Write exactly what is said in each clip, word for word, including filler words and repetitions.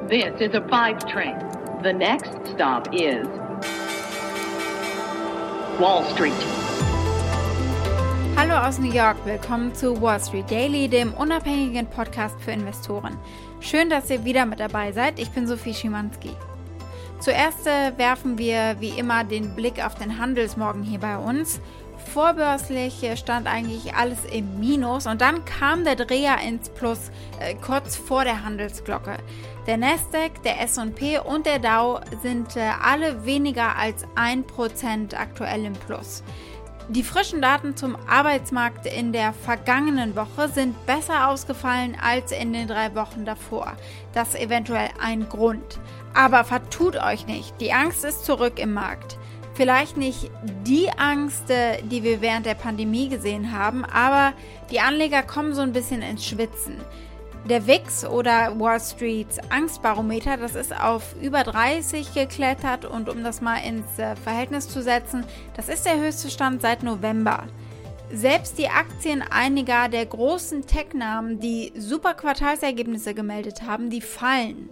This is a five train. The next stop is Wall Street. Hallo aus New York, willkommen zu Wall Street Daily, dem unabhängigen Podcast für Investoren. Schön, dass ihr wieder mit dabei seid. Ich bin Sophie Schimanski. Zuerst äh, werfen wir wie immer den Blick auf den Handelsmorgen hier bei uns. Vorbörslich äh, stand eigentlich alles im Minus und dann kam der Dreher ins Plus äh, kurz vor der Handelsglocke. Der Nasdaq, der S und P und der Dow sind äh, alle weniger als ein Prozent aktuell im Plus. Die frischen Daten zum Arbeitsmarkt in der vergangenen Woche sind besser ausgefallen als in den drei Wochen davor. Das ist eventuell ein Grund. Aber vertut euch nicht, die Angst ist zurück im Markt. Vielleicht nicht die Angst, die wir während der Pandemie gesehen haben, aber die Anleger kommen so ein bisschen ins Schwitzen. Der V I X oder Wall Streets Angstbarometer, das ist auf über dreißig geklettert und um das mal ins Verhältnis zu setzen, das ist der höchste Stand seit November. Selbst die Aktien einiger der großen Tech-Namen, die super Quartalsergebnisse gemeldet haben, die fallen.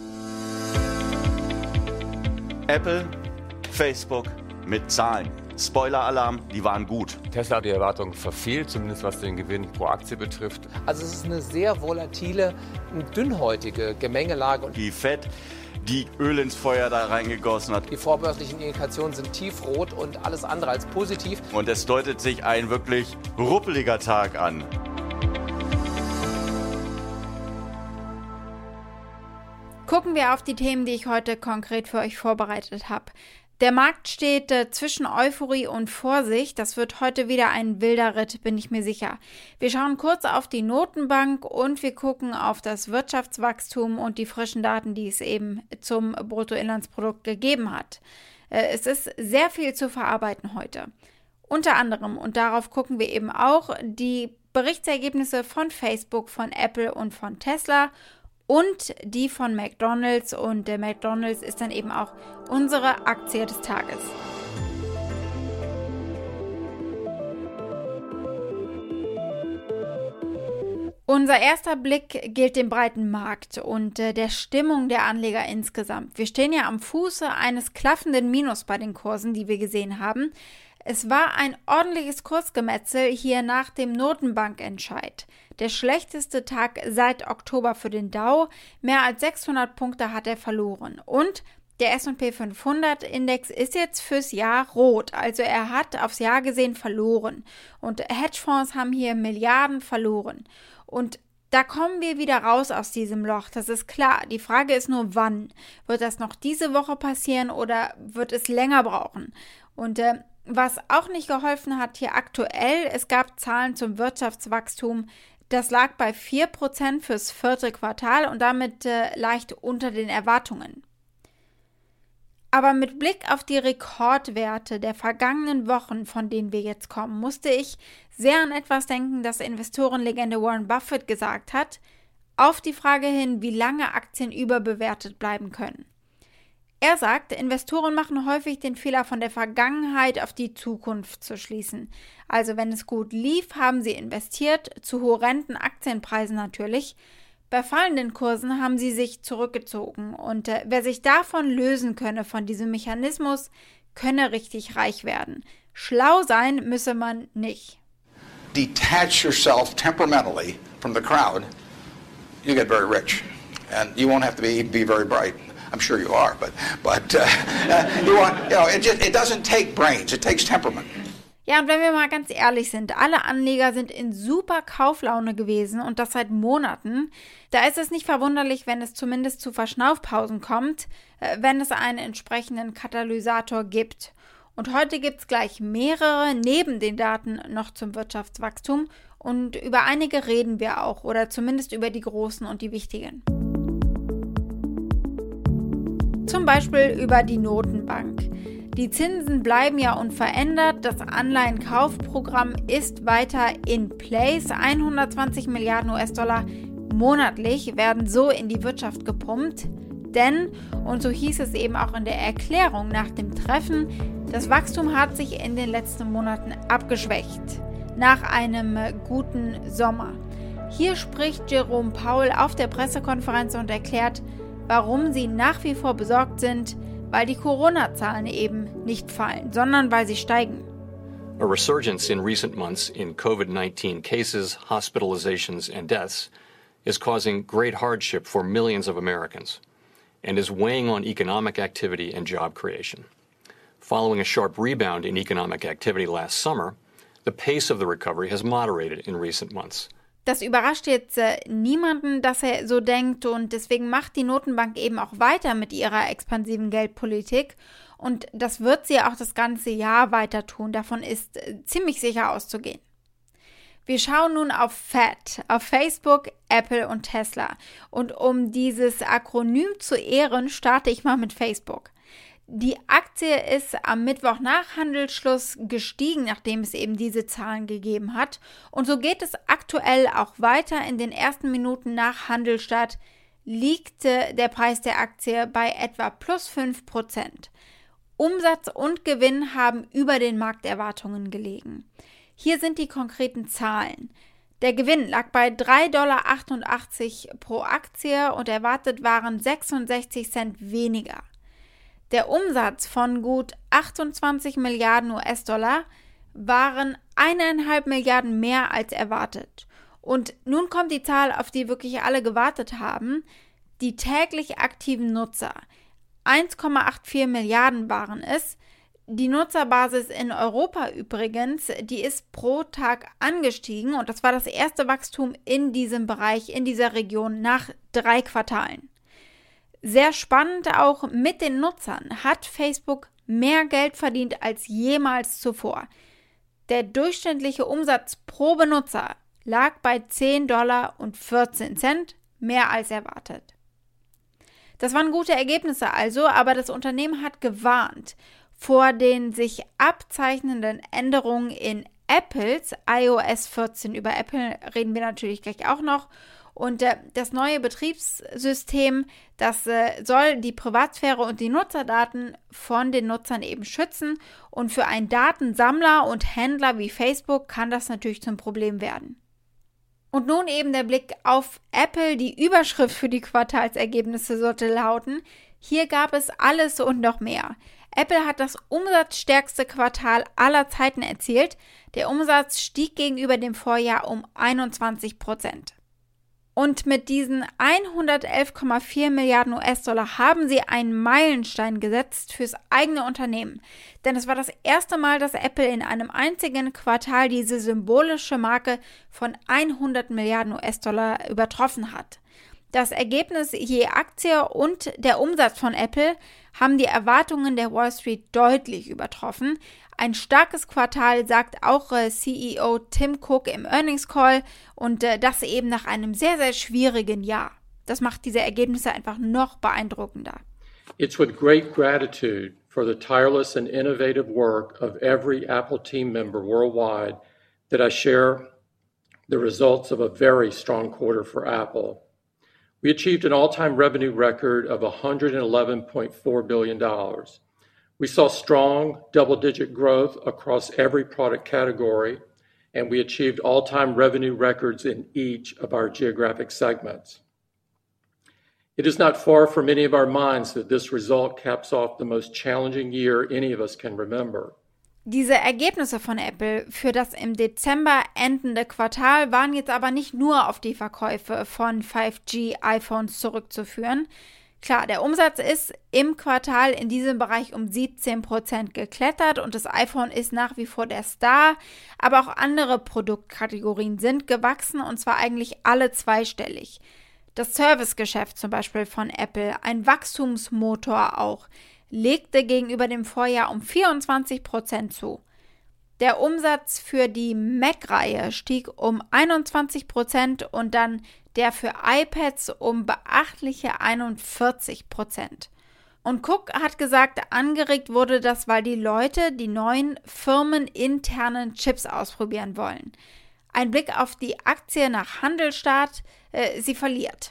Apple, Facebook mit Zahlen. Spoiler-Alarm, die waren gut. Tesla hat die Erwartungen verfehlt, zumindest was den Gewinn pro Aktie betrifft. Also es ist eine sehr volatile, dünnhäutige Gemengelage. Die Fed, die Öl ins Feuer da reingegossen hat. Die vorbörslichen Indikationen sind tiefrot und alles andere als positiv. Und es deutet sich ein wirklich ruppeliger Tag an. Gucken wir auf die Themen, die ich heute konkret für euch vorbereitet habe. Der Markt steht äh, zwischen Euphorie und Vorsicht. Das wird heute wieder ein wilder Ritt, bin ich mir sicher. Wir schauen kurz auf die Notenbank und wir gucken auf das Wirtschaftswachstum und die frischen Daten, die es eben zum Bruttoinlandsprodukt gegeben hat. Äh, es ist sehr viel zu verarbeiten heute. Unter anderem, und darauf gucken wir eben auch, die Berichtsergebnisse von Facebook, von Apple und von Tesla und die von McDonald's, und der McDonald's ist dann eben auch unsere Aktie des Tages. Unser erster Blick gilt dem breiten Markt und äh, der Stimmung der Anleger insgesamt. Wir stehen ja am Fuße eines klaffenden Minus bei den Kursen, die wir gesehen haben. Es war ein ordentliches Kursgemetzel hier nach dem Notenbankentscheid. Der schlechteste Tag seit Oktober für den Dow. Mehr als sechshundert Punkte hat er verloren. Und der S und P fünfhundert Index ist jetzt fürs Jahr rot. Also er hat aufs Jahr gesehen verloren. Und Hedgefonds haben hier Milliarden verloren. Und da kommen wir wieder raus aus diesem Loch. Das ist klar. Die Frage ist nur, wann. Wird das noch diese Woche passieren oder wird es länger brauchen? Und äh, was auch nicht geholfen hat hier aktuell, es gab Zahlen zum Wirtschaftswachstum. Das lag bei vier Prozent fürs vierte Quartal und damit äh, leicht unter den Erwartungen. Aber mit Blick auf die Rekordwerte der vergangenen Wochen, von denen wir jetzt kommen, musste ich sehr an etwas denken, das Investorenlegende Warren Buffett gesagt hat, auf die Frage hin, wie lange Aktien überbewertet bleiben können. Er sagt, Investoren machen häufig den Fehler, von der Vergangenheit auf die Zukunft zu schließen. Also wenn es gut lief, haben sie investiert, zu horrenden Aktienpreisen natürlich. Bei fallenden Kursen haben sie sich zurückgezogen. Und äh, wer sich davon lösen könne, von diesem Mechanismus, könne richtig reich werden. Schlau sein müsse man nicht. Detach yourself temperamentally from the crowd, you get very rich. And you won't have to be, be very bright. I'm sure you are, but but uh, uh, you want, you know, it just it doesn't take brains, it takes temperament. Ja, und wenn wir mal ganz ehrlich sind, alle Anleger sind in super Kauflaune gewesen und das seit Monaten. Da ist es nicht verwunderlich, wenn es zumindest zu Verschnaufpausen kommt, äh, wenn es einen entsprechenden Katalysator gibt. Und heute gibt es gleich mehrere neben den Daten noch zum Wirtschaftswachstum und über einige reden wir auch oder zumindest über die großen und die wichtigen. Zum Beispiel über die Notenbank. Die Zinsen bleiben ja unverändert, das Anleihenkaufprogramm ist weiter in place. hundertzwanzig Milliarden U S-Dollar monatlich werden so in die Wirtschaft gepumpt. Denn, und so hieß es eben auch in der Erklärung nach dem Treffen, das Wachstum hat sich in den letzten Monaten abgeschwächt. Nach einem guten Sommer. Hier spricht Jerome Powell auf der Pressekonferenz und erklärt, warum sie nach wie vor besorgt sind, weil die Corona-Zahlen eben nicht fallen, sondern weil sie steigen. A resurgence in recent months in COVID nineteen cases, hospitalizations, and deaths is causing great hardship for millions of Americans and is weighing on economic activity and job creation. Following a sharp rebound in economic activity last summer, the pace of the recovery has moderated in recent months. Das überrascht jetzt äh, niemanden, dass er so denkt, und deswegen macht die Notenbank eben auch weiter mit ihrer expansiven Geldpolitik, und das wird sie auch das ganze Jahr weiter tun. Davon ist äh, ziemlich sicher auszugehen. Wir schauen nun auf F A T, auf Facebook, Apple und Tesla, und um dieses Akronym zu ehren, starte ich mal mit Facebook. Die Aktie ist am Mittwoch nach Handelsschluss gestiegen, nachdem es eben diese Zahlen gegeben hat. Und so geht es aktuell auch weiter. In den ersten Minuten nach Handelsstart liegt der Preis der Aktie bei etwa plus fünf Prozent. Umsatz und Gewinn haben über den Markterwartungen gelegen. Hier sind die konkreten Zahlen. Der Gewinn lag bei drei Komma achtundachtzig Dollar pro Aktie und erwartet waren sechsundsechzig Cent weniger. Der Umsatz von gut achtundzwanzig Milliarden U S-Dollar waren eineinhalb Milliarden mehr als erwartet. Und nun kommt die Zahl, auf die wirklich alle gewartet haben. Die täglich aktiven Nutzer. eins Komma vierundachtzig Milliarden waren es. Die Nutzerbasis in Europa übrigens, die ist pro Tag angestiegen, und das war das erste Wachstum in diesem Bereich, in dieser Region nach drei Quartalen. Sehr spannend auch, mit den Nutzern hat Facebook mehr Geld verdient als jemals zuvor. Der durchschnittliche Umsatz pro Benutzer lag bei zehn Dollar und vierzehn Cent, mehr als erwartet. Das waren gute Ergebnisse also, aber das Unternehmen hat gewarnt vor den sich abzeichnenden Änderungen in Apples i O S vierzehn. Über Apple reden wir natürlich gleich auch noch. Und äh, das neue Betriebssystem, das äh, soll die Privatsphäre und die Nutzerdaten von den Nutzern eben schützen. Und für einen Datensammler und Händler wie Facebook kann das natürlich zum Problem werden. Und nun eben der Blick auf Apple. Die Überschrift für die Quartalsergebnisse sollte lauten: Hier gab es alles und noch mehr. Apple hat das umsatzstärkste Quartal aller Zeiten erzielt. Der Umsatz stieg gegenüber dem Vorjahr um einundzwanzig Prozent. Und mit diesen hundertelf Komma vier Milliarden U S-Dollar haben sie einen Meilenstein gesetzt fürs eigene Unternehmen. Denn es war das erste Mal, dass Apple in einem einzigen Quartal diese symbolische Marke von hundert Milliarden U S-Dollar übertroffen hat. Das Ergebnis je Aktie und der Umsatz von Apple haben die Erwartungen der Wall Street deutlich übertroffen. Ein starkes Quartal, sagt auch äh, C E O Tim Cook im Earnings Call, und äh, das eben nach einem sehr, sehr schwierigen Jahr. Das macht diese Ergebnisse einfach noch beeindruckender. It's with great gratitude for the tireless and innovative work of every Apple team member worldwide that I share the results of a very strong quarter for Apple. We achieved an all-time revenue record of one hundred eleven point four billion dollars. We saw strong double-digit growth across every product category, and we achieved all-time revenue records in each of our geographic segments. It is not far from any of our minds that this result caps off the most challenging year any of us can remember. Diese Ergebnisse von Apple für das im Dezember endende Quartal waren jetzt aber nicht nur auf die Verkäufe von fünf G iPhones zurückzuführen. Klar, der Umsatz ist im Quartal in diesem Bereich um siebzehn Prozent geklettert und das iPhone ist nach wie vor der Star, aber auch andere Produktkategorien sind gewachsen, und zwar eigentlich alle zweistellig. Das Servicegeschäft zum Beispiel von Apple, ein Wachstumsmotor auch, legte gegenüber dem Vorjahr um vierundzwanzig Prozent zu. Der Umsatz für die Mac-Reihe stieg um einundzwanzig Prozent und dann der für iPads um beachtliche einundvierzig Prozent. Und Cook hat gesagt, angeregt wurde das, weil die Leute die neuen firmeninternen Chips ausprobieren wollen. Ein Blick auf die Aktie nach Handelsstart, äh, sie verliert.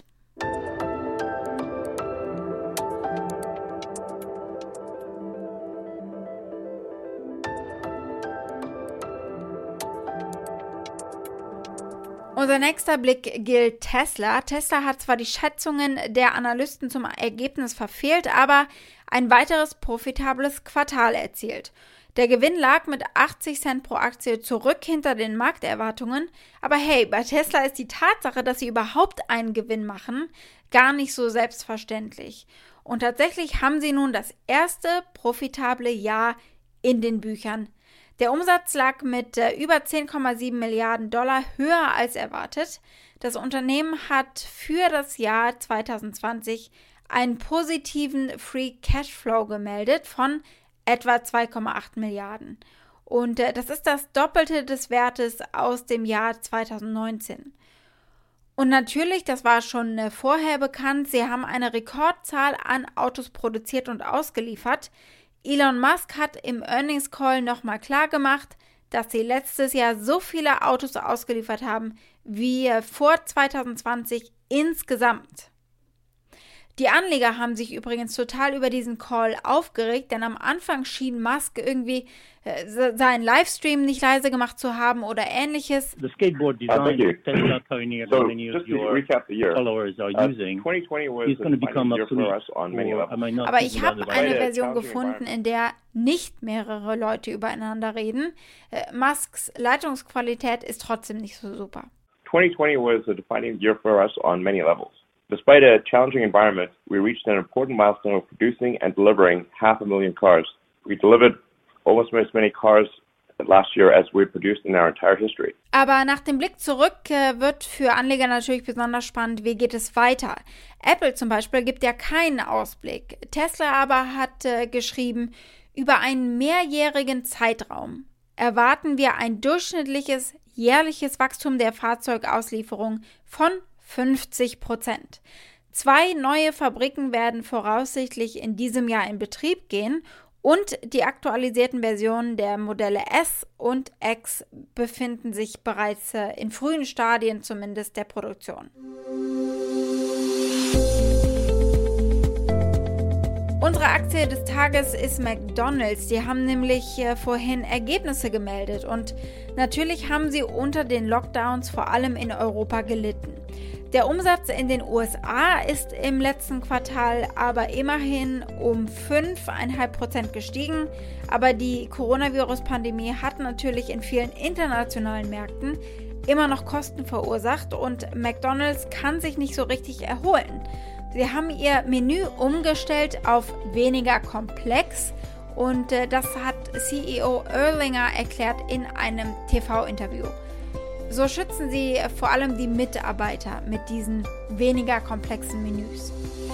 Unser nächster Blick gilt Tesla. Tesla hat zwar die Schätzungen der Analysten zum Ergebnis verfehlt, aber ein weiteres profitables Quartal erzielt. Der Gewinn lag mit achtzig Cent pro Aktie zurück hinter den Markterwartungen. Aber hey, bei Tesla ist die Tatsache, dass sie überhaupt einen Gewinn machen, gar nicht so selbstverständlich. Und tatsächlich haben sie nun das erste profitable Jahr in den Büchern. Der Umsatz lag mit äh, über zehn Komma sieben Milliarden Dollar höher als erwartet. Das Unternehmen hat für das Jahr zwanzig zwanzig einen positiven Free Cashflow gemeldet von etwa zwei Komma acht Milliarden. Und äh, das ist das Doppelte des Wertes aus dem Jahr zwanzig neunzehn. Und natürlich, das war schon äh, vorher bekannt, sie haben eine Rekordzahl an Autos produziert und ausgeliefert. Elon Musk hat im Earnings Call nochmal klargemacht, dass sie letztes Jahr so viele Autos ausgeliefert haben wie vor zwanzig zwanzig insgesamt. Die Anleger haben sich übrigens total über diesen Call aufgeregt, denn am Anfang schien Musk irgendwie äh, seinen Livestream nicht leise gemacht zu haben oder ähnliches. The skateboard design uh, Tesla pioneered so many of your followers are uh, using is going to become obsolete. Aber ich habe eine Version gefunden, in der nicht mehrere Leute übereinander reden. Äh, Musks Leitungsqualität ist trotzdem nicht so super. twenty twenty was a defining year for us on many levels. Despite a challenging environment, we reached an important milestone of producing and delivering half a million cars. We delivered almost as many cars last year as we produced in our entire history. Aber nach dem Blick zurück äh, wird für Anleger natürlich besonders spannend, wie geht es weiter. Apple zum Beispiel gibt ja keinen Ausblick. Tesla aber hat äh, geschrieben, über einen mehrjährigen Zeitraum erwarten wir ein durchschnittliches jährliches Wachstum der Fahrzeugauslieferung von fünfzig Prozent. Zwei neue Fabriken werden voraussichtlich in diesem Jahr in Betrieb gehen und die aktualisierten Versionen der Modelle S und X befinden sich bereits in frühen Stadien zumindest der Produktion. Unsere Aktie des Tages ist McDonald's. Die haben nämlich äh, vorhin Ergebnisse gemeldet und natürlich haben sie unter den Lockdowns vor allem in Europa gelitten. Der Umsatz in den U S A ist im letzten Quartal aber immerhin um fünf Komma fünf Prozent gestiegen, aber die Coronavirus-Pandemie hat natürlich in vielen internationalen Märkten immer noch Kosten verursacht und McDonald's kann sich nicht so richtig erholen. Sie haben ihr Menü umgestellt auf weniger komplex und äh, das hat C E O Erlinger erklärt in einem T V-Interview. So schützen sie vor allem die Mitarbeiter mit diesen weniger komplexen Menüs.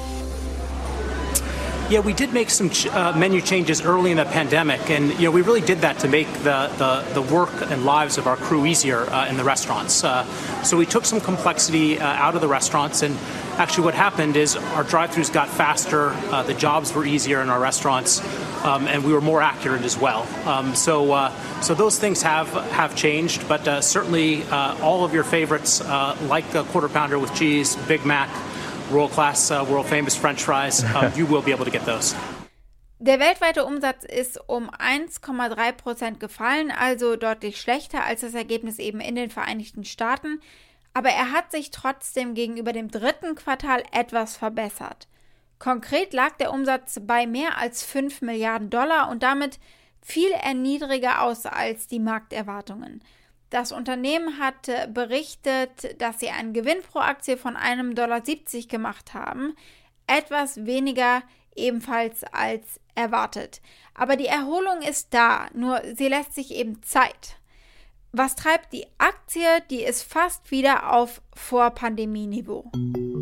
Yeah, we did make some ch- uh, menu changes early in the pandemic, and you know we really did that to make the the, the work and lives of our crew easier uh, in the restaurants. Uh, so we took some complexity uh, out of the restaurants, and actually what happened is our drive-thrus got faster, uh, the jobs were easier in our restaurants, um, and we were more accurate as well. Um, so uh, so those things have have changed, but uh, certainly uh, all of your favorites, uh, like the Quarter Pounder with cheese, Big Mac, world-class, uh, world-famous French fries, um, you will be able to get those. Der weltweite Umsatz ist um eins Komma drei Prozent gefallen, also deutlich schlechter als das Ergebnis eben in den Vereinigten Staaten. Aber er hat sich trotzdem gegenüber dem dritten Quartal etwas verbessert. Konkret lag der Umsatz bei mehr als fünf Milliarden Dollar und damit viel niedriger aus als die Markterwartungen. Das Unternehmen hat berichtet, dass sie einen Gewinn pro Aktie von einem Komma siebzig Dollar gemacht haben, etwas weniger ebenfalls als erwartet. Aber die Erholung ist da, nur sie lässt sich eben Zeit. Was treibt die Aktie? Die ist fast wieder auf Vor-Pandemie-Niveau.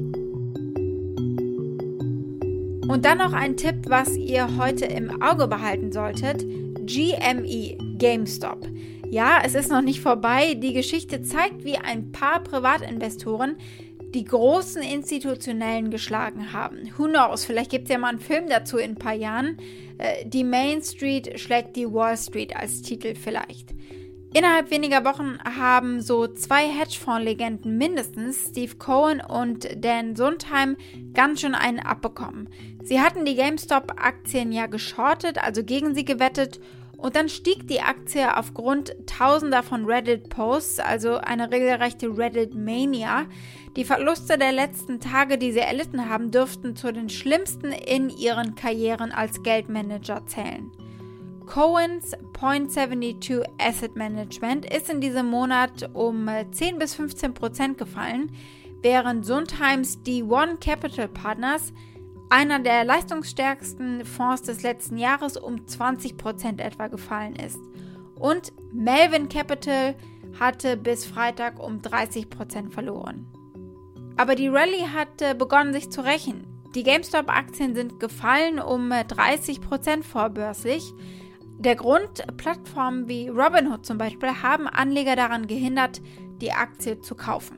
Und dann noch ein Tipp, was ihr heute im Auge behalten solltet. G M E, GameStop. Ja, es ist noch nicht vorbei. Die Geschichte zeigt, wie ein paar Privatinvestoren die großen Institutionellen geschlagen haben. Who knows, vielleicht gibt es ja mal einen Film dazu in ein paar Jahren. Die Main Street schlägt die Wall Street als Titel vielleicht. Innerhalb weniger Wochen haben so zwei Hedgefonds-Legenden mindestens, Steve Cohen und Dan Sondheim, ganz schön einen abbekommen. Sie hatten die GameStop-Aktien ja geschortet, also gegen sie gewettet, Und dann stieg die Aktie aufgrund tausender von Reddit-Posts, also eine regelrechte Reddit-Mania. Die Verluste der letzten Tage, die sie erlitten haben, dürften zu den schlimmsten in ihren Karrieren als Geldmanager zählen. Cohen's Point zweiundsiebzig Asset Management ist in diesem Monat um zehn bis fünfzehn Prozent gefallen, während Sondheims D eins Capital Partners, einer der leistungsstärksten Fonds des letzten Jahres, um zwanzig Prozent etwa gefallen ist. Und Melvin Capital hatte bis Freitag um dreißig Prozent verloren. Aber die Rallye hat begonnen, sich zu rächen. Die GameStop-Aktien sind gefallen um dreißig Prozent vorbörslich. Der Grund, Plattformen wie Robinhood zum Beispiel haben Anleger daran gehindert, die Aktie zu kaufen.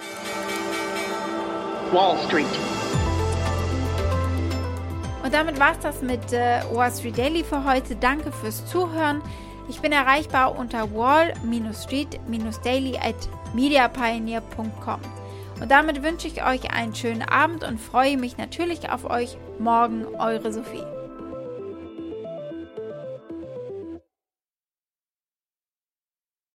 Wall Street. Und damit war es das mit äh, Wall Street Daily für heute. Danke fürs Zuhören. Ich bin erreichbar unter wall street daily at mediapioneer punkt com. Und damit wünsche ich euch einen schönen Abend und freue mich natürlich auf euch morgen. Eure Sophie.